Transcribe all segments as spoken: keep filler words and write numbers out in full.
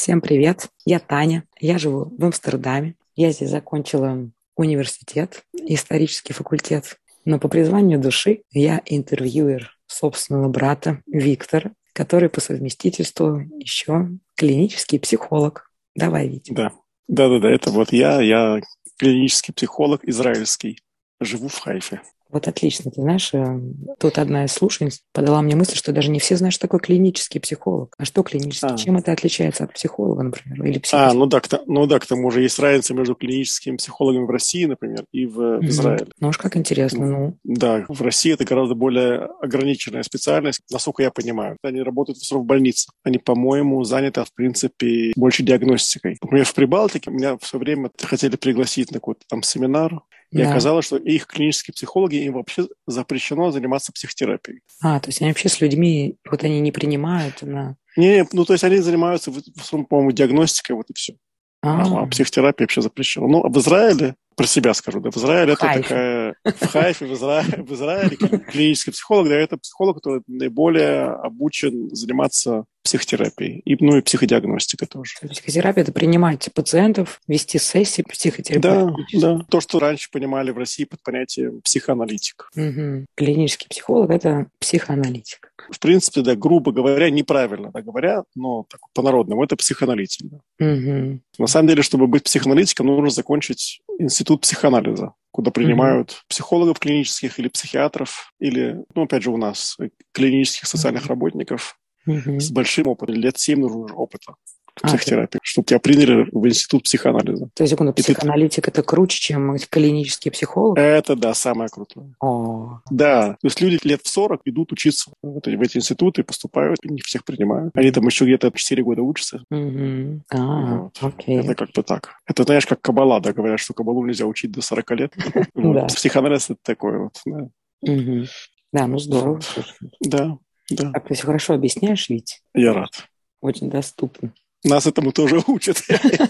Всем привет, я Таня, я живу в Амстердаме. Я здесь закончила университет, исторический факультет. Но по призванию души я интервьюер собственного брата Виктора, который по совместительству еще клинический психолог. Давай, Витя. Да, да-да-да, это вот я, я клинический психолог израильский, живу в Хайфе. Вот отлично. Ты знаешь, тут одна из слушательниц подала мне мысль, что даже не все знают, что такое клинический психолог. А что клинический? А. Чем это отличается от психолога, например, или А, психолога? ну да, к, ну да, к тому же есть разница между клиническими психологами в России, например, и в, в Угу. Израиле. Ну уж как интересно. Ну. Да, в России это гораздо более ограниченная специальность, насколько я понимаю. Они работают в основном в больнице. Они, по-моему, заняты, в принципе, больше диагностикой. Например, в Прибалтике меня все время хотели пригласить на какой-то там семинар, и Да. оказалось, что их клинические психологи, им вообще запрещено заниматься психотерапией. А, то есть они вообще с людьми, вот они не принимают на... Не, ну то есть они занимаются, в основном, по-моему, диагностикой, вот и все. А, А психотерапия вообще запрещена. Ну, а в Израиле, про себя скажу, да, в Израиле это Хайфе. такая... В Хайфе, в Израиле, в Израиле клинический психолог, да, это психолог, который наиболее обучен заниматься психотерапией, и, ну и психодиагностикой тоже. Психотерапия – это принимать пациентов, вести сессии психотерапевтические. Да, да. То, что раньше понимали в России под понятием психоаналитик. Угу. Клинический психолог – это психоаналитик. В принципе, да, грубо говоря, неправильно да, говоря, но так, по-народному, это психоаналитик. Да. Угу. На самом деле, чтобы быть психоаналитиком, нужно закончить институт психоанализа, куда принимают угу. психологов клинических или психиатров, или, ну, опять же, у нас клинических социальных угу. работников угу. с большим опытом. Лет семь нужно уже опыта в психотерапии, а, чтобы тебя приняли в институт психоанализа. То есть, секунду, психоаналитик – это круче, чем клинический психолог? Это, да, самое крутое. О. Да, то есть люди лет в сорок идут учиться в эти институты, поступают, не всех принимают. Они там еще где-то четыре года учатся. Угу. А, вот. окей. Это как бы так. Это, знаешь, как каббала, да, говорят, что каббалу нельзя учить до сорока лет. Психоанализ – это такое вот. Да, ну здорово. Да, да. Так ты все хорошо объясняешь, Вить? Я рад. Очень доступно. Нас этому тоже учат.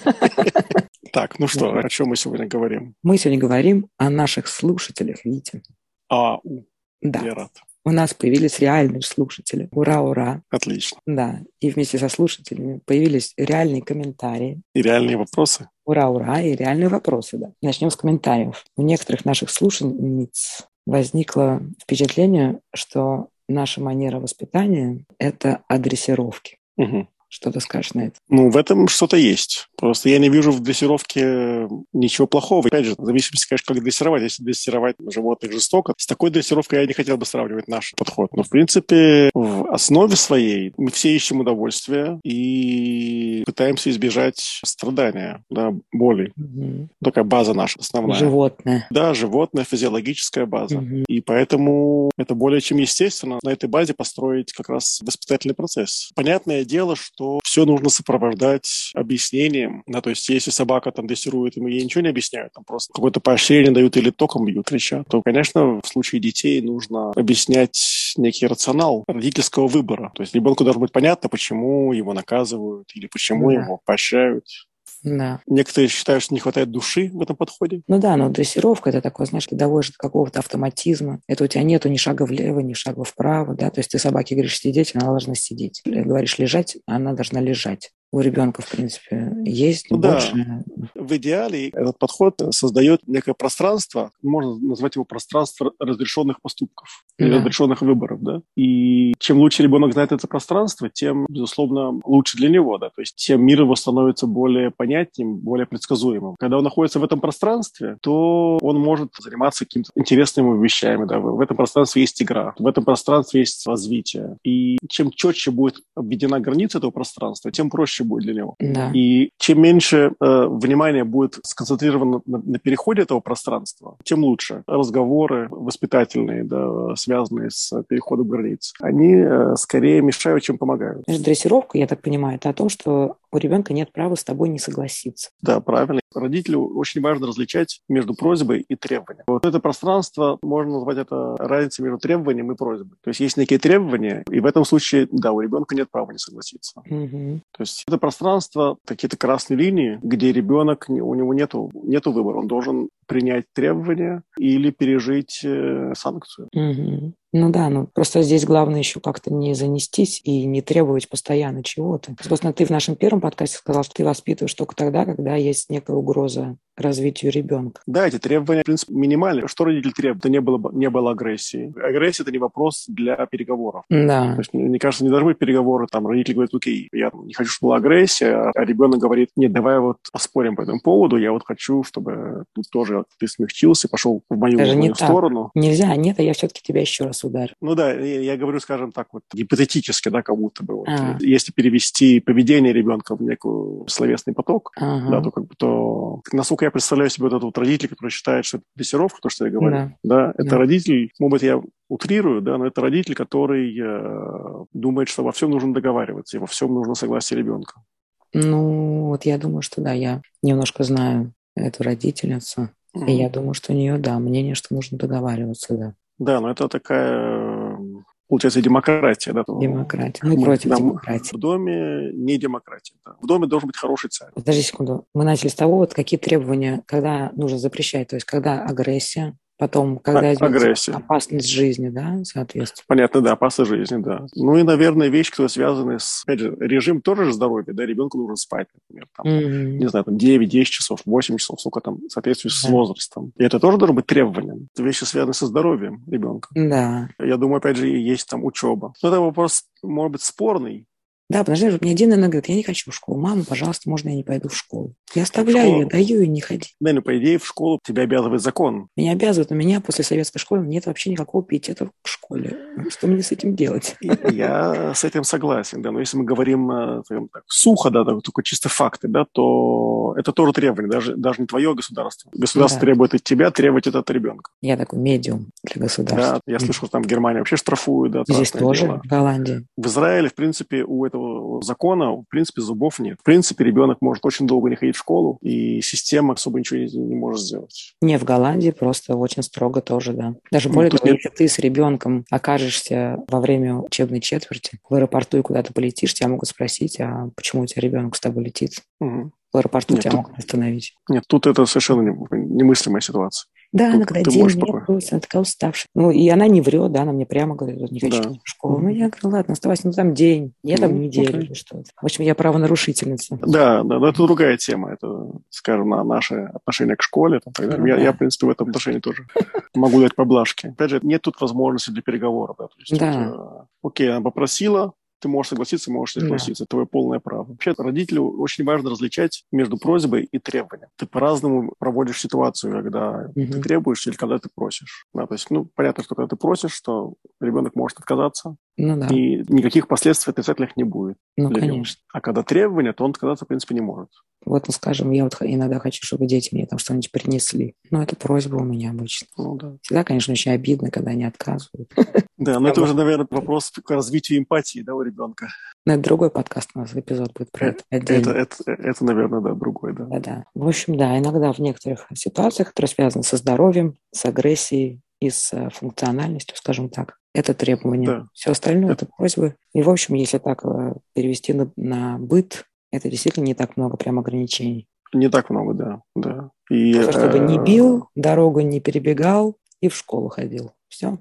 Так, ну что, о чем мы сегодня говорим? Мы сегодня говорим о наших слушателях, Витя. А, да. Я рад. У нас появились реальные слушатели. Ура, ура. Отлично. Да, и вместе со слушателями появились реальные комментарии. И реальные вопросы. Ура, ура, и реальные вопросы, да. Начнем с комментариев. У некоторых наших слушательниц возникло впечатление, что наша манера воспитания – это адресировки. Угу. Что ты скажешь на это? Ну, в этом что-то есть. Просто я не вижу в дрессировке ничего плохого. Опять же, в зависимости, конечно, как дрессировать. Если дрессировать животных жестоко, с такой дрессировкой я не хотел бы сравнивать наш подход. Но, в принципе, в основе своей мы все ищем удовольствие и пытаемся избежать страдания, да, боли. Угу. Такая база наша основная. Животное. Да, животное, физиологическая база. Угу. И поэтому это более чем естественно на этой базе построить как раз воспитательный процесс. Понятное дело, что все нужно сопровождать объяснением. Да, то есть, если собака там дрессирует, и мы ей ничего не объясняют, там просто какое-то поощрение дают или током бьют, кричат, то, конечно, в случае детей нужно объяснять некий рационал родительского выбора. То есть, ребенку должно быть понятно, почему его наказывают или почему да. его поощряют. Да. Некоторые считают, что не хватает души в этом подходе. Ну да, но дрессировка – это такое, знаешь, ты доводишь до какого-то автоматизма. Это у тебя нету ни шага влево, ни шага вправо, да. То есть ты собаке говоришь сидеть, она должна сидеть. Говоришь лежать, она должна лежать. У ребенка, в принципе, есть ну, больше... Да. В идеале этот подход создает некое пространство, можно назвать его пространство разрешенных поступков, да. или разрешенных выборов, да. И чем лучше ребенок знает это пространство, тем, безусловно, лучше для него, да. То есть тем мир его становится более понятным, более предсказуемым. Когда он находится в этом пространстве, то он может заниматься какими-то интересными вещами, да. В этом пространстве есть игра, в этом пространстве есть развитие. И чем четче будет обведена граница этого пространства, тем проще будет для него. Да. И чем меньше э, внимания будет сконцентрировано на, на переходе этого пространства, тем лучше. Разговоры воспитательные, да, связанные с переходом границ, они э, скорее мешают, чем помогают. Дрессировка, я так понимаю, это о том, что у ребенка нет права с тобой не согласиться. Да, правильно. Родителю очень важно различать между просьбой и требованием. Вот это пространство, можно назвать это разницей между требованием и просьбой. То есть есть некие требования, и в этом случае, да, у ребенка нет права не согласиться. Угу. То есть это пространство, какие-то красные линии, где ребенок, у него нету, нету выбора. Он должен принять требования или пережить э, санкцию. Угу. Ну да, ну просто здесь главное еще как-то не занестись и не требовать постоянно чего-то. Собственно, ты в нашем первом подкасте сказал, что ты воспитываешь только тогда, когда есть некая угроза развитию ребенка. Да, эти требования, в принципе, минимальны. Что родитель требует? Это не было, не было агрессии. Агрессия – это не вопрос для переговоров. Да. То есть, мне кажется, не должны быть переговоры. Там родитель говорит, окей, я не хочу, чтобы была агрессия, а ребенок говорит, нет, давай вот поспорим по этому поводу, я вот хочу, чтобы тут тоже ты смягчился, пошел в мою, Даже в не мою так. сторону. Нельзя, нет, а я все-таки тебя еще раз ударю. Ну да, я, я говорю, скажем так, вот гипотетически, да, как будто бы. Вот, А. если перевести поведение ребенка в некий словесный поток, Ага. да, то как бы то, насколько я представляю себе вот этот вот родитель, который считает, что это дрессировка, то, что я говорю, Да. да, это Да. родитель, может быть, я утрирую, да, но это родитель, который э, думает, что во всем нужно договариваться, и во всем нужно согласие ребенка. Ну, вот я думаю, что да, я немножко знаю эту родительницу, Угу. и я думаю, что у нее, да, мнение, что нужно договариваться, да. Да, но это такая, получается, демократия, да? Демократия. Мы, мы против да, демократии. В доме не демократия. Да. В доме должен быть хороший царь. Подожди секунду. Мы начали с того, вот какие требования, когда нужно запрещать, то есть когда агрессия, потом, когда А- идет агрессия. опасность жизни, да, соответственно. Понятно, да, опасность жизни, да. Ну и, наверное, вещи, которые связаны с, опять же, режим тоже же здоровья, да, ребенку нужно спать, например, там, Mm-hmm. не знаю, там девять-десять часов, восемь часов, сколько там, в соответствии с Да. возрастом. И это тоже должно быть требованием. Это вещи связаны со здоровьем ребенка. Да. Я думаю, опять же, есть там учеба. Но это вопрос, может быть, спорный. Да, потому что мне Дина, она говорит, я не хочу в школу. Мама, пожалуйста, можно я не пойду в школу? Я оставляю школу... ее, даю ее, не ходи. Да, ну, по идее, в школу тебя обязывает закон. Меня обязывают, но меня после советской школы нет вообще никакого пиетета к школе. Что мне с этим делать? Я с этим согласен, да. Но если мы говорим так, сухо, да, только чисто факты, да, то это тоже требование, даже, даже не твое государство. Государство да. требует от тебя, требует это от ребенка. Я такой медиум для государства. Да, я слышал, что там в Германии вообще штрафуют. Да, здесь тоже, дело. в Голландии. В Израиле, в принципе, у этого закона, в принципе, зубов нет. В принципе, ребенок может очень долго не ходить в школу, и система особо ничего не, не может сделать. Не, в Голландии просто очень строго тоже, да. Даже более ну, того, нет. Если ты с ребенком окажешься во время учебной четверти в аэропорту и куда-то полетишь, тебя могут спросить, а почему у тебя ребенок с тобой летит? Угу. В аэропорту нет, тебя тут, могут остановить. Нет, тут это совершенно немыслимая ситуация. Да, тут она когда день нет, она такая уставшая. Ну, и она не врет, да, она мне прямо говорит, вот не хочу да. в школу. Ну, я говорю, ладно, оставайся, ну, там день, нет, там ну, неделю или что-то. В общем, я правонарушительница. Да, да, но это другая тема. Это, скажем, на наше отношение к школе. Там, так далее. Я, я, в принципе, в этом отношении тоже могу дать поблажки. Опять же, нет тут возможности для переговоров. Да. То есть, да. вот, окей, она попросила, ты можешь согласиться, можешь не согласиться. Да. Это твое полное право. Вообще, родителю очень важно различать между просьбой и требованием. Ты по-разному проводишь ситуацию, когда угу. ты требуешь или когда ты просишь. Да, то есть, ну, понятно, что когда ты просишь, что ребенок может отказаться, ну, да. и никаких последствий отрицательных не будет. Ну, конечно. А когда требования, то он отказаться, в принципе, не может. Вот, ну, скажем, я вот иногда хочу, чтобы дети мне там что-нибудь принесли. Ну, это просьба у меня обычно. Ну, да. Всегда, конечно, очень обидно, когда они отказывают. Да, но это уже, наверное, вопрос к развитию эмпатии, да, у ребенка. Но это другой подкаст у нас, эпизод будет про это. Это, это, это, это, наверное, да, другой, да. Да, да. В общем, да, иногда в некоторых ситуациях, которые связаны со здоровьем, с агрессией и с функциональностью, скажем так, это требование. Да. Все остальное это... это просьбы. И, в общем, если так перевести на, на быт, это действительно не так много прям ограничений. Не так много, да. да. И, Просто, чтобы не бил, дорогу не перебегал и в школу ходил. Все.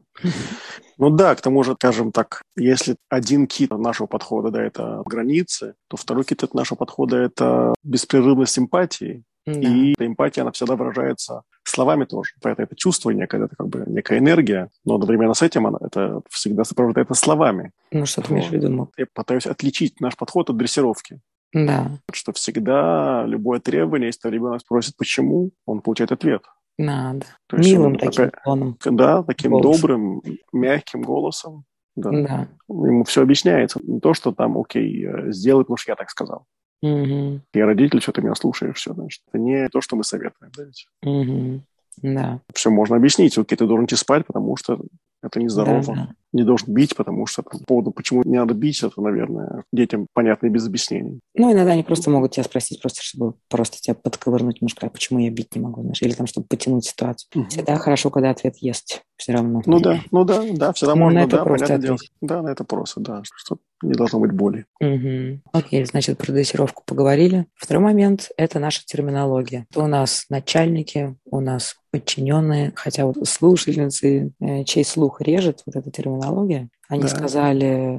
Ну да, к тому же, скажем так, если один кит нашего подхода, да, это границы, то второй кит от нашего подхода – это беспрерывность эмпатии. Да. И эта эмпатия, она всегда выражается словами тоже. Поэтому это чувство некое, это как бы некая энергия, но одновременно с этим она, это всегда сопровождается словами. Ну, что ты имеешь в виду? Я пытаюсь отличить наш подход от дрессировки. Да. Что всегда любое требование, если ребенок спросит «почему?», он получает ответ. Надо. Милым он, таким опять, тоном. Да, таким голосом. Добрым, мягким голосом. Да. Да. Ему все объясняется. Не то, что там, окей, сделай, потому что я так сказал. Угу. Я родитель, что ты меня слушаешь, все, значит. Это не то, что мы советуем. Да, ведь? Угу. Да. Все можно объяснить. Окей, ты должен идти спать, потому что это нездорово. Да, да. не должен бить, потому что по поводу, почему не надо бить, это, наверное, детям понятно и без объяснений. Ну, иногда они просто могут тебя спросить, просто чтобы просто тебя подковырнуть немножко, а почему я бить не могу, знаешь, или там, чтобы потянуть ситуацию. Угу. Всегда хорошо, когда ответ есть, все равно. Ну да, ну да, да, всегда Но можно, на это да, просто понятное дело. ответить. Да, на это просто, да, что не должно быть боли. Угу. Окей, значит, про дрессировку поговорили. Второй момент – это наша терминология. У нас начальники, у нас подчиненные, хотя вот слушательницы, чей слух режет вот эта терминология, они да. сказали,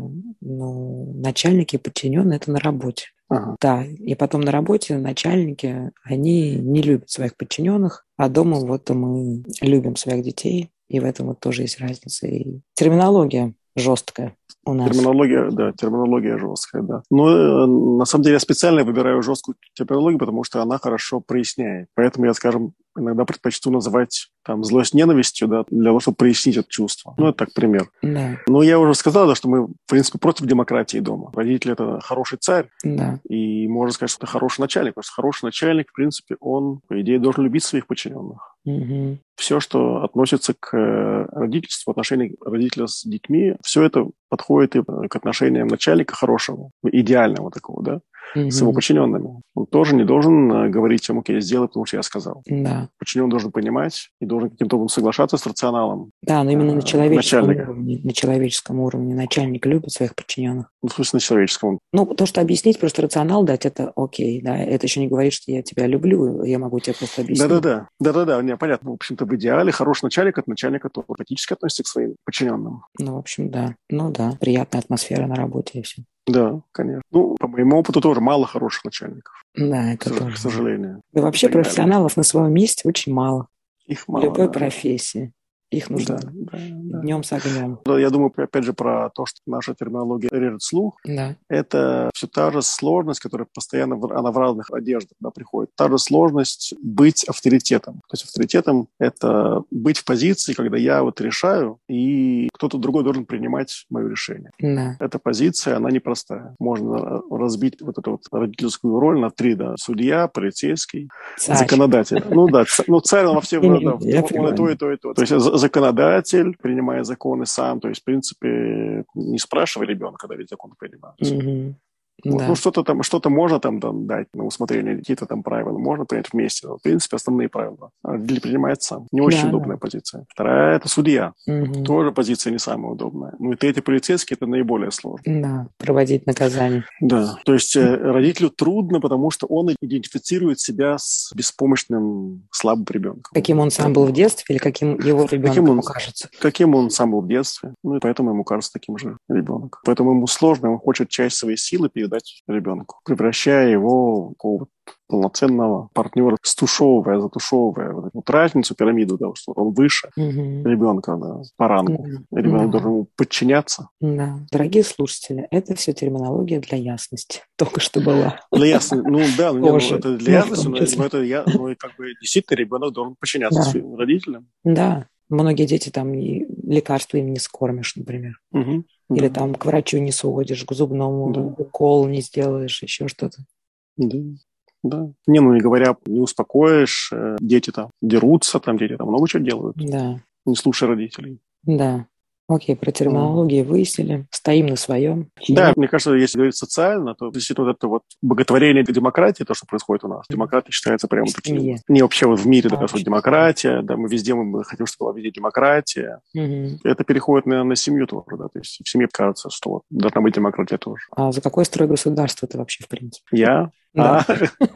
ну, начальники и подчиненные – это на работе. Ага. Да, и потом на работе начальники, они не любят своих подчиненных, а дома вот мы любим своих детей, и в этом вот тоже есть разница. И терминология жесткая у нас. Терминология, да, терминология жесткая, да. Но на самом деле я специально выбираю жесткую терминологию, потому что она хорошо проясняет. Поэтому я, скажем, иногда предпочту называть там злость ненавистью, да, для того, чтобы прояснить это чувство. Ну, это так пример. Да. Но я уже сказал, да, что мы, в принципе, против демократии дома. Родитель – это хороший царь, да. И можно сказать, что это хороший начальник, потому что хороший начальник, в принципе, он, по идее, должен любить своих подчиненных. Угу. Все, что относится к родительству, отношению родителя с детьми, все это подходит и к отношениям начальника хорошего, идеального такого, да, mm-hmm. с его подчиненными. Он тоже не должен говорить ему, окей, сделай, потому что я сказал. Да. Подчиненный должен понимать и должен каким-то образом соглашаться с рационалом. Да, но именно э, на человеческом начальника. уровне. На человеческом уровне начальник любит своих подчиненных. Ну, в смысле, на человеческом. Ну, то, что объяснить, просто рационал дать, это окей, да. Это еще не говорит, что я тебя люблю, я могу тебе просто объяснить. Да-да-да, да-да-да, не, понятно. В общем-то, в идеале хороший начальник от начальника то практически относится к своим подчиненным. Ну, в общем, да. Ну да, приятная атмосфера на работе и все. Да, конечно. Ну, по моему опыту тоже мало хороших начальников. Да, это к, тоже. К сожалению. Да вообще профессионалов на своем месте очень мало. Их мало. В любой да. профессии. Их нужно да, да, да. днем с огнем. Я думаю, опять же, про то, что наша терминология режет слух. Да. Это все та же сложность, которая постоянно, она в разных одеждах да, приходит. Та же сложность быть авторитетом. То есть авторитетом – это быть в позиции, когда я вот решаю, и кто-то другой должен принимать мое решение. Да. Эта позиция, она непростая. Можно разбить вот эту вот родительскую роль на три, да. Судья, полицейский, царь. Законодатель. Ну да, ну царь, он во всем, да, он и то, и то, и то. То есть законодатель, принимая законы сам, то есть, в принципе, не спрашивай ребенка, когда ведь закон принимается. Mm-hmm. Вот. Да. Ну, что-то там, что-то можно там, там дать на усмотрение, какие-то там правила можно принять вместе. Но, в принципе, основные правила родитель принимает сам. Не очень да, удобная да. позиция. Вторая – это судья. Угу. Тоже позиция не самая удобная. Ну и третий полицейский – это наиболее сложно. Да, проводить наказание. Да, то есть э, родителю трудно, потому что он идентифицирует себя с беспомощным, слабым ребенком. Каким он сам был в детстве или каким его ребенок каким он, ему кажется? Каким он сам был в детстве. Ну и поэтому ему кажется таким же ребенок. Поэтому ему сложно, он хочет часть своей силы передать ребенку, превращая его в какого-то полноценного партнера, стушевывая, затушевывая вот эту вот разницу, пирамиду, да, что он выше угу. ребенка да, по рангу. Да. Ребенок да. должен ему подчиняться. Да. Дорогие слушатели, это все терминология для ясности. Только что была. Для ясности, ну да, ну, это для ясности, но, но это я, ну, и как бы действительно ребенок должен подчиняться да. своим родителям. Да. Многие дети там и лекарства им не скормишь, например. Угу. Или да. там к врачу не сводишь, к зубному да. укол не сделаешь, еще что-то. Да. Да. Не, ну не говоря, не успокоишь, э, дети там дерутся, там дети там много чего делают. Да. Не слушай родителей. Да. Окей, про терминологию mm. выяснили. Стоим на своем. Да, мне кажется, если говорить социально, то действительно вот это вот боготворение демократии, то, что происходит у нас. Демократия считается прямо таким. Не вообще вот в мире, да, что демократия, да, мы везде, мы хотим, чтобы была везде демократия. Mm-hmm. Это переходит, наверное, на семью тоже, да, то есть в семье кажется, что вот должна быть демократия тоже. А за какой строй государства ты вообще, в принципе? Я? Да.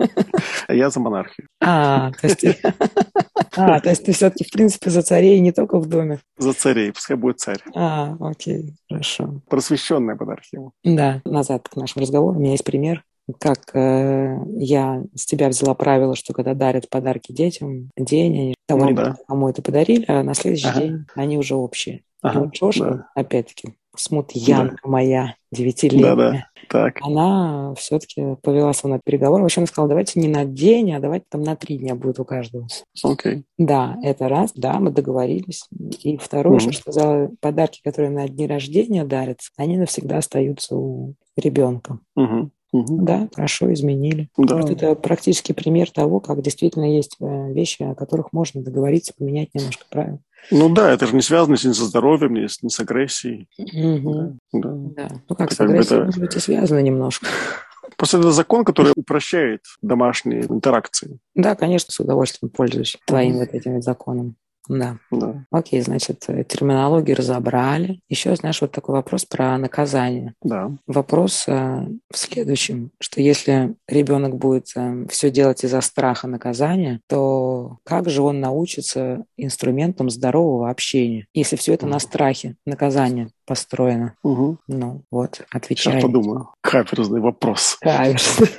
Я за монархию. А, то есть... А, то есть ты все-таки, в принципе, за царей не только в доме? За царей, пускай будет царь. А, окей, хорошо. Просвещенная монархия. Да, назад к нашему разговору. У меня есть пример, как э, я с тебя взяла правило, что когда дарят подарки детям, день, они того ну, ребенка, да. кому это подарили, а на следующий ага. день они уже общие. Ага, и вот Джошка, да. опять-таки, смутьянка да. моя, девятилетняя, да, да. Так. она все-таки повела со мной переговоры. Вообще она сказала, давайте не на день, а давайте там на три дня будет у каждого. Окей. Okay. Да, это раз, да, мы договорились. И второе, mm-hmm. что сказала, подарки, которые на дни рождения дарятся, они навсегда остаются у ребенка. Mm-hmm. Угу. Да, хорошо, изменили. Да. Вот это практически пример того, как действительно есть вещи, о которых можно договориться, поменять немножко правил. Ну да, это же не связано ни со здоровьем, ни с, ни с агрессией. Угу. Да, Да. Ну как, это с как бы агрессией, это... может быть, и связано немножко. Просто это закон, который упрощает домашние интеракции. Да, конечно, с удовольствием пользуюсь твоим Угу. вот этим вот законом. Да. Да. Окей, значит, терминологию разобрали. Еще, знаешь, вот такой вопрос про наказание. Да. Вопрос э, в следующем, что если ребенок будет э, все делать из-за страха наказания, то как же он научится инструментам здорового общения, если все это на страхе наказания построено? Угу. Ну, вот, Сейчас отвечай. подумаю. Каверзный вопрос. Каверзный.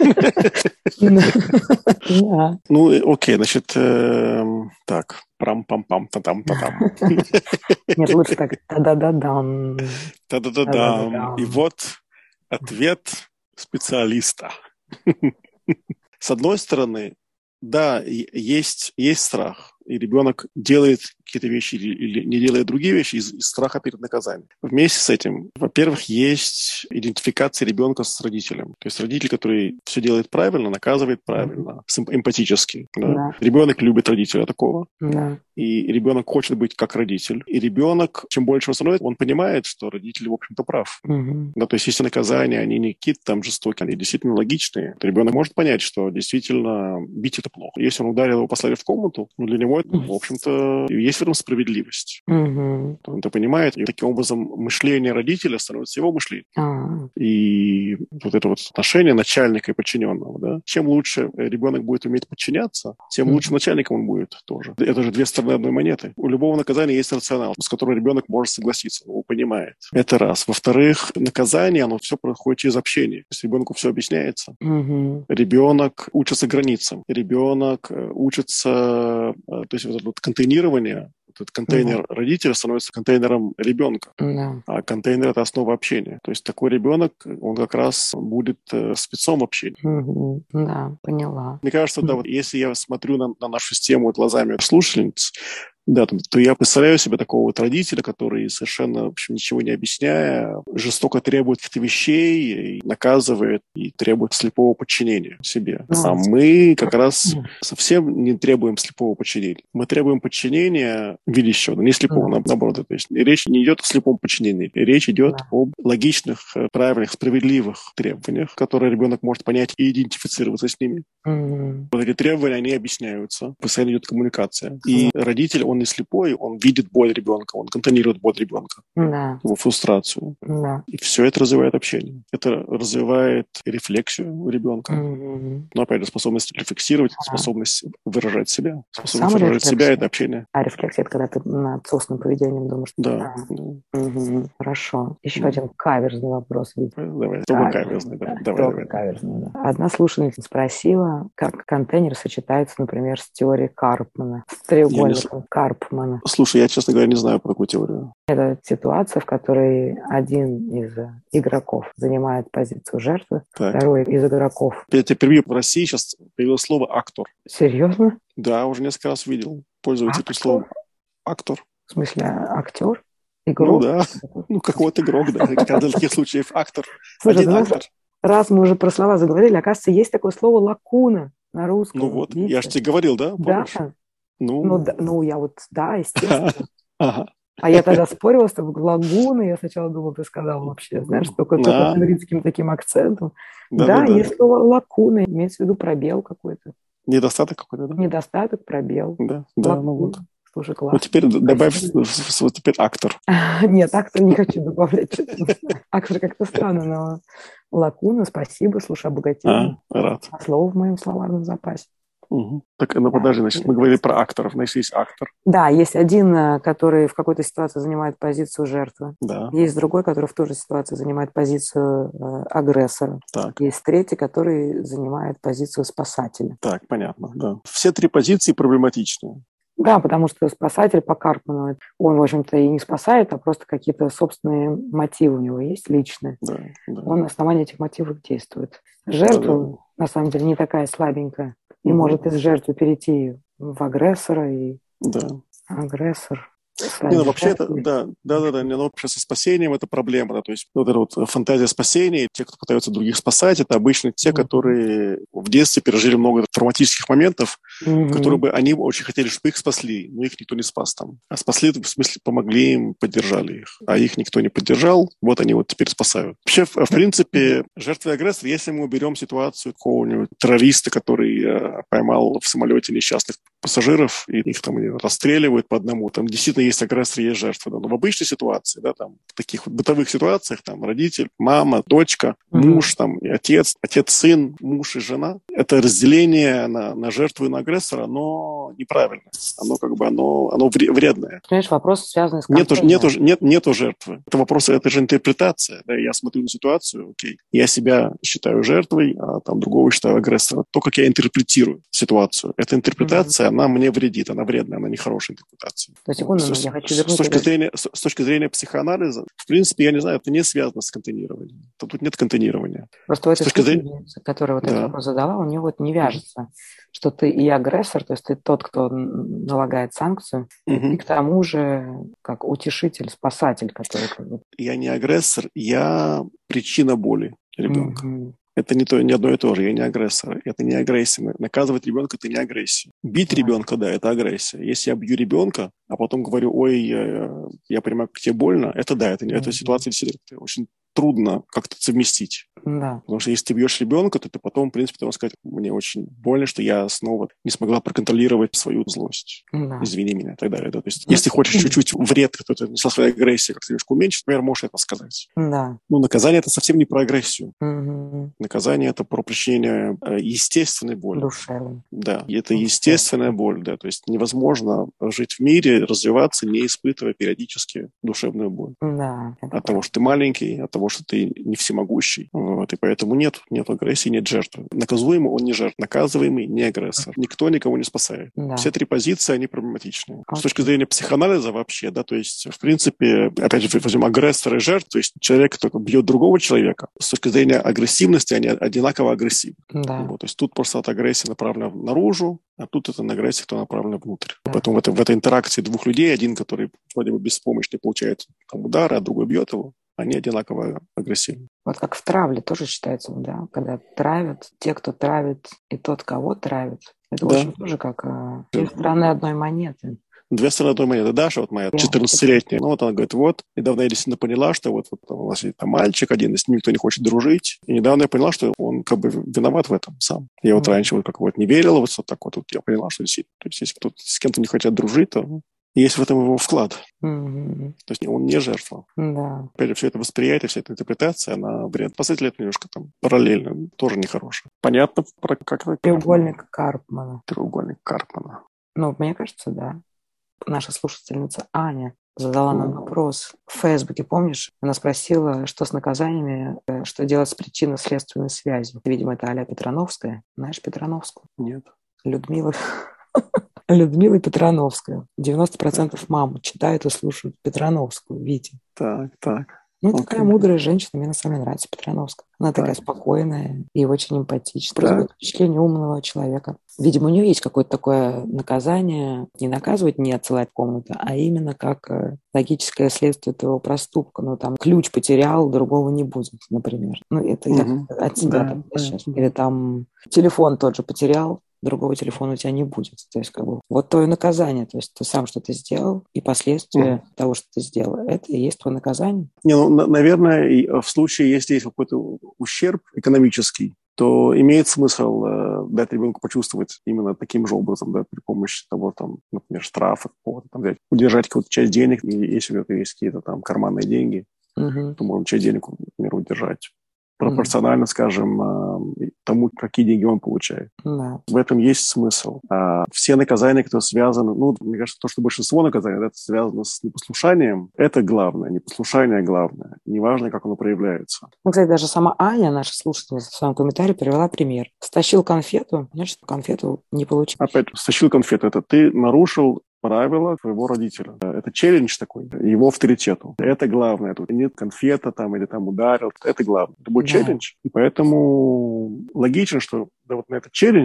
Ну, окей, значит, так. Прам-пам-пам-та-там-та-там. Нет, лучше так. Та-да-да-дам. Та-да-да-дам. И вот ответ специалиста. С одной стороны, да, есть, есть страх, и ребенок делает какие-то вещи или, или не делает другие вещи из, из страха перед наказанием. Вместе с этим, во-первых, есть идентификация ребенка с родителем. То есть родитель, который все делает правильно, наказывает правильно, mm-hmm. эмпатически. Да? Да. Ребенок любит родителя такого. Да. И ребенок хочет быть как родитель. И ребенок, чем больше он становится, он понимает, что родитель, в общем-то, прав. Mm-hmm. Да, то есть если наказания, они не какие-то там жестокие, они действительно логичные, то ребенок может понять, что действительно бить это плохо. Если он ударил его, послали в комнату, ну, для него это, в общем-то, есть в этом справедливость. Mm-hmm. Он это понимает, и таким образом мышление родителя становится его мышлением. Ah. И вот это вот отношение начальника и подчиненного, да, чем лучше ребенок будет уметь подчиняться, тем mm-hmm. лучше начальником он будет тоже. Это же две стороны одной монеты. У любого наказания есть рационал, с которым ребенок может согласиться, он его понимает. Это раз. Во-вторых, наказание, оно все проходит через общение. То есть ребенку все объясняется. Mm-hmm. Ребенок учится границам. Ребенок учится, то есть вот это вот контейнирование, этот контейнер mm-hmm. родителя становится контейнером ребенка. Mm-hmm. А контейнер — это основа общения. То есть такой ребенок, он как раз будет спецом общения. Mm-hmm. Да, поняла. Мне кажется, mm-hmm. да, вот если я смотрю на, на нашу систему глазами слушательниц, да, то, то я представляю себе такого вот родителя, который совершенно, в общем, ничего не объясняя, жестоко требует каких-то вещей, и наказывает и требует слепого подчинения себе. Mm. А мы как раз mm. совсем не требуем слепого подчинения. Мы требуем подчинения видящего, но не слепого, mm. наоборот. То есть речь не идет о слепом подчинении, речь идет mm. об логичных, правильных, справедливых требованиях, которые ребенок может понять и идентифицироваться с ними. Mm. Вот эти требования, они объясняются, постоянно идет коммуникация. Mm. И родитель, он не слепой, он видит боль ребенка, он контролирует боль ребенка, да. его фрустрацию. Да. И все это развивает общение. Это развивает рефлексию у ребенка. Mm-hmm. Но, опять же, способность рефлексировать, а. способность выражать себя. Способность Сам выражать рефлексия? себя — это общение. А рефлексия — это когда ты над собственным поведением думаешь? Да. А. да. Угу. Хорошо. Еще да. один каверзный вопрос. Давай, только каверзный. Да. Давай, только давай. каверзный, да. Одна слушательница спросила, как контейнер сочетается, например, с теорией Карпмана, с треугольником Карпмана. Слушай, я, честно говоря, не знаю про такую теорию. Это ситуация, в которой один из игроков занимает позицию жертвы, так. Второй из игроков... Я тебя перебью. В России сейчас появилось слово «актор». Серьезно? Да, уже несколько раз видел. Пользуются этим словом. Актор. В смысле, актер? Игрок? Ну да, ну как вот игрок, да. Как для таких случаев актор. Слушай, один актор. Раз мы уже про слова заговорили, оказывается, есть такое слово «лакуна» на русском. Ну вот, видите? я же тебе говорил, да? Помнишь? Да. Ну... Ну, да, ну, я вот, да, естественно. Ага. А я тогда спорила с тобой, лагуна, я сначала думала, ты сказал вообще, знаешь, только, только с английским таким акцентом. Да, да, да, есть слово лакуна, имеется в виду пробел какой-то. Недостаток какой-то, да? Недостаток, пробел. Да, да, лакуна. Ну вот. Слушай, классно. Ну, теперь добавь, вот теперь актор. Нет, актор не хочу добавлять. Актор как-то странно, но лакуна, спасибо, слушай, обогатил. А, рад. Слово в моем словарном запасе. Угу. Так, ну подожди, значит, мы говорили про акторов, значит, есть актор. Да, есть один, который в какой-то ситуации занимает позицию жертвы. Да. Есть другой, который в той же ситуации занимает позицию э, агрессора. Так. Есть третий, который занимает позицию спасателя. Так, понятно, да. Все три позиции проблематичны. Да, потому что спасатель по Карпману, он, в общем-то, и не спасает, а просто какие-то собственные мотивы у него есть, личные. Да, да. Он на основании этих мотивов действует. Жертва, да, да. на самом деле, не такая слабенькая. И угу. может из жертвы перейти в агрессора, и да. агрессор Не, ну вообще это, да, да, да, да, не, ну вообще со спасением это проблема, да, то есть вот эта вот фантазия спасения, те, кто пытаются других спасать, это обычно те, которые в детстве пережили много травматических моментов, mm-hmm. которые бы они очень хотели, чтобы их спасли, но их никто не спас там. А спасли, в смысле, помогли им, поддержали их. А их никто не поддержал, вот они вот теперь спасают. Вообще, в, в принципе, жертвы агрессора, если мы уберем ситуацию какого-нибудь террориста, который э, поймал в самолете несчастных пассажиров, и их там расстреливают по одному, там действительно есть агрессор, есть жертва. Да. Но в обычной ситуации, да, там, в таких вот бытовых ситуациях, там, родитель, мама, дочка, mm-hmm. муж, там, и отец, отец, сын, муж и жена, это разделение на, на жертву и на агрессора, оно неправильное. Оно как бы, оно, оно вредное. Понимаешь, вопрос связан с нету, нету, нет, нету жертвы. Это вопрос, это же интерпретация. Да. Я смотрю на ситуацию, окей, я себя считаю жертвой, а там другого считаю агрессором. То, как я интерпретирую ситуацию, эта интерпретация, mm-hmm. она мне вредит, она вредная, она нехорошая интерпретация. То есть, секунду, с, я хочу с, с, точки зрения, с, с точки зрения психоанализа, в принципе, я не знаю, это не связано с контейнированием. Тут нет контейнирования. Просто у этой специалиста, которая вот да. этот вопрос задала, у нее вот не вяжется, что ты и агрессор, то есть ты тот, кто налагает санкцию, mm-hmm. и к тому же как утешитель, спасатель, который... Я не агрессор, я причина боли ребенка. Mm-hmm. Это не, то, не одно и то же. Я не агрессор. Это не агрессия. Наказывать ребенка – это не агрессия. Бить ребенка – да, это агрессия. Если я бью ребенка, а потом говорю, ой, я, я понимаю, как тебе больно, это да, это, mm-hmm. эта ситуация действительно очень трудно как-то совместить. Да. Потому что если ты бьешь ребенка, то ты потом, в принципе, ты можешь сказать, мне очень больно, что я снова не смогла проконтролировать свою злость. Да. Извини меня и так далее. Да. То есть, если ты хочешь чуть-чуть вред, который ты нанесла своей агрессией, как-то немножко уменьшить, например, можешь это сказать. Да. Ну, наказание – это совсем не про агрессию. Угу. Наказание – это про причинение естественной боли. Душевной. Да, и это естественная боль, да. То есть невозможно жить в мире, развиваться, не испытывая периодически душевную боль. Да. От того, что ты маленький, от того, что ты не всемогущий. Вот, и поэтому нет, нет агрессии, нет жертвы. Наказуемый он не жертва, наказываемый не агрессор. Никто никого не спасает. Да. Все три позиции, они проблематичные. Okay. С точки зрения психоанализа вообще, да, то есть, в принципе, опять же, возьмем агрессора и жертву, то есть человек, который бьет другого человека, с точки зрения агрессивности, они одинаково агрессивны. Да. Вот, то есть тут просто эта агрессия направлена наружу, а тут это агрессия, которая направлена внутрь. Да. Поэтому в, это, в этой интеракции двух людей, один, который вроде бы беспомощный, получает там удары, а другой бьет его, они одинаково агрессивны. Вот как в травле тоже считается, да, когда травят, те, кто травит, и тот, кого травит. Это да. очень тоже как а, две стороны одной монеты. Две стороны одной монеты. Даша, вот моя четырнадцатилетняя, ну вот она говорит, вот, недавно я действительно поняла, что вот, вот у нас есть там мальчик один, с ним никто не хочет дружить, и недавно я поняла, что он как бы виноват в этом сам. Я вот mm-hmm. раньше вот как вот не верила, вот, вот так вот, вот я поняла, что действительно, то есть если кто-то с кем-то не хотят дружить, то есть в этом его вклад. Mm-hmm. То есть он не жертва. Да. Опять же, все это восприятие, вся эта интерпретация, она бред. Последовательно это немножко там параллельно, тоже нехорошая. Понятно, про как это? Треугольник Карпмана. Треугольник Карпмана. Ну, мне кажется, да. Наша слушательница Аня задала нам вопрос в Фейсбуке, помнишь? Она спросила, что с наказаниями, что делать с причинно-следственной связью. Видимо, это а-ля Петрановская. Знаешь Петрановскую? Нет. Людмила... Людмила Петрановская. девяносто процентов мам читают и слушают Петрановскую, Витя. Так, так. Ну, okay. Такая мудрая женщина, мне на самом деле нравится Петрановская. Она так. такая спокойная и очень эмпатичная. Производит впечатление умного человека. Видимо, у нее есть какое-то такое наказание, не наказывать, не отсылать в комнату, а именно как логическое следствие твоего проступка. Ну, там, ключ потерял, другого не будет, например. Ну, это mm-hmm. я от себя да, да. сейчас. Или там телефон тот же потерял, другого телефона у тебя не будет. То есть, как бы, вот твое наказание. То есть, ты сам что-то сделал, и последствия mm. того, что ты сделал, это и есть твое наказание. Не, ну, наверное, в случае, если есть какой-то ущерб экономический, то имеет смысл э, дать ребенку почувствовать именно таким же образом, да, при помощи того, там, например, штрафа какого-то, там, взять, удержать какую-то часть денег, и если у тебя есть какие-то там карманные деньги, mm-hmm. то можно часть денег, например, удержать. Пропорционально, mm-hmm. скажем, тому, какие деньги он получает. Mm-hmm. В этом есть смысл. А все наказания, которые связаны, ну, мне кажется, то, что большинство наказаний, это связано с непослушанием, это главное. Непослушание главное. Неважно, как оно проявляется. Ну, кстати, даже сама Аня, наша слушательница, в своем комментарии привела пример. Стащил конфету, значит, конфету не получил. Опять, стащил конфету. Это ты нарушил правила твоего родителя. Это челлендж такой, его авторитету. Это главное. Тут нет конфета там или там ударил. Это главное. Это будет да. челлендж. И поэтому логично, что да, вот на этот челлендж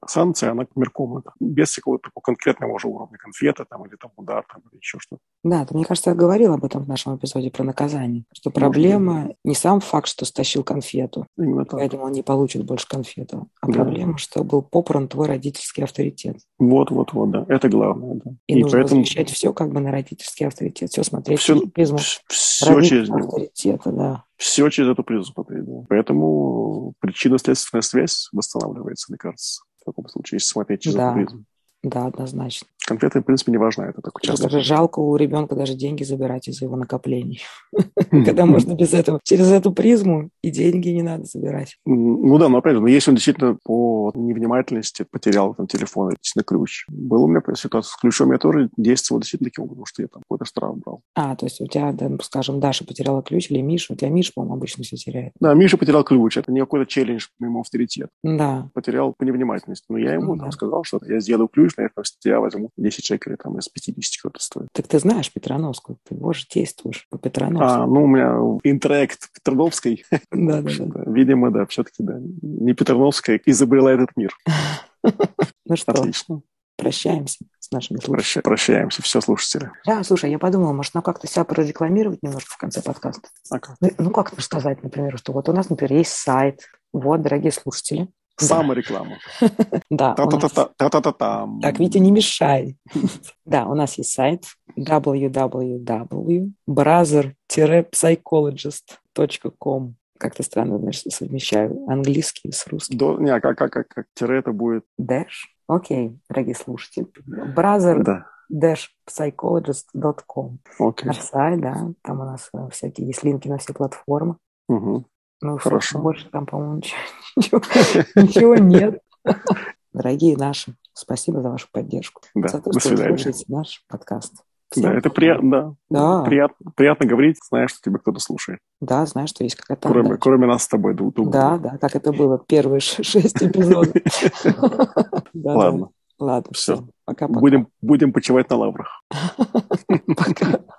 санкция, она мирком, это без какого-то такого конкретного уже уровня конфета там, или там удар, там, или еще что-то. Да, ты, мне кажется, я говорил об этом в нашем эпизоде про наказание, что проблема не сам факт, что стащил конфету, поэтому он не получит больше конфету, а да. проблема, что был попран твой родительский авторитет. Вот-вот-вот, да, это главное. Да. И, и нужно поэтому... возвращать все как бы на родительский авторитет, все смотреть все, через призму все через авторитета, да. Все через эту призму смотреть, да. Поэтому причинно-следственная связь восстанавливается, мне кажется, в таком случае, если смотреть через да. эту призму. Да, однозначно. Конфеты, в принципе, не важно. Это такой часто. Даже жалко у ребенка даже деньги забирать из его накоплений. Когда можно без этого. Через эту призму и деньги не надо забирать. Ну да, но опять же, если он действительно по невнимательности потерял там телефон, действительно ключ. Была у меня ситуация с ключом, я тоже действовал действительно таким образом, что я там какой-то штраф брал. А, то есть у тебя, скажем, Даша потеряла ключ или Миша? У тебя Миша, по-моему, обычно все теряет. Да, Миша потерял ключ. Это не какой-то челлендж по моему авторитету. Да. Потерял по невнимательности. Но я ему да. там сказал, что я сделаю ключ, наверное, я возьму десять шекелей там, из пятидесяти, кто-то стоит. Так ты знаешь Петрановскую, ты можешь действуешь по Петрановской. А, ну у меня интроект Петрановской. Да, да, да. Видимо, да, все-таки, да. Не Петрановская изобрела этот мир. Ну что, отлично. Прощаемся с нашими слушателями. Прощаемся, все, слушатели. Да, слушай, я подумала, может, ну как-то себя прорекламировать немножко в конце подкаста. А как? Ну, ну как сказать, например, что вот у нас, например, есть сайт. Вот, дорогие слушатели. Самореклама. Да. Та-та-та-та-та-та-та. Так, Витя, не мешай. Да, у нас есть сайт дабл ю дабл ю дабл ю точка бразер психологист точка ком. Как-то странно, значит, совмещаю английский с русским. До, не, а как, как, как, как тире это будет? Dash. Окей, дорогие слушатели. бразер психологист точка ком. Окей. Наш сайт, да. Там у нас всякие есть линки на все платформы. Угу. Ну, хорошо. Больше там, по-моему, ничего, ничего нет. Дорогие наши, спасибо за вашу поддержку. Да, за то, до что свидания. вы слушаете наш подкаст. Всем да, это приятно, да. да. Приятно, приятно говорить, зная, что тебя кто-то слушает. Да, знаешь, что есть какая-то кроме, отдача. кроме нас с тобой. Двух, да, да, как это было первые шесть эпизодов. Ладно. Ладно, все. Пока-пока. Будем, будем почивать на лаврах. Пока.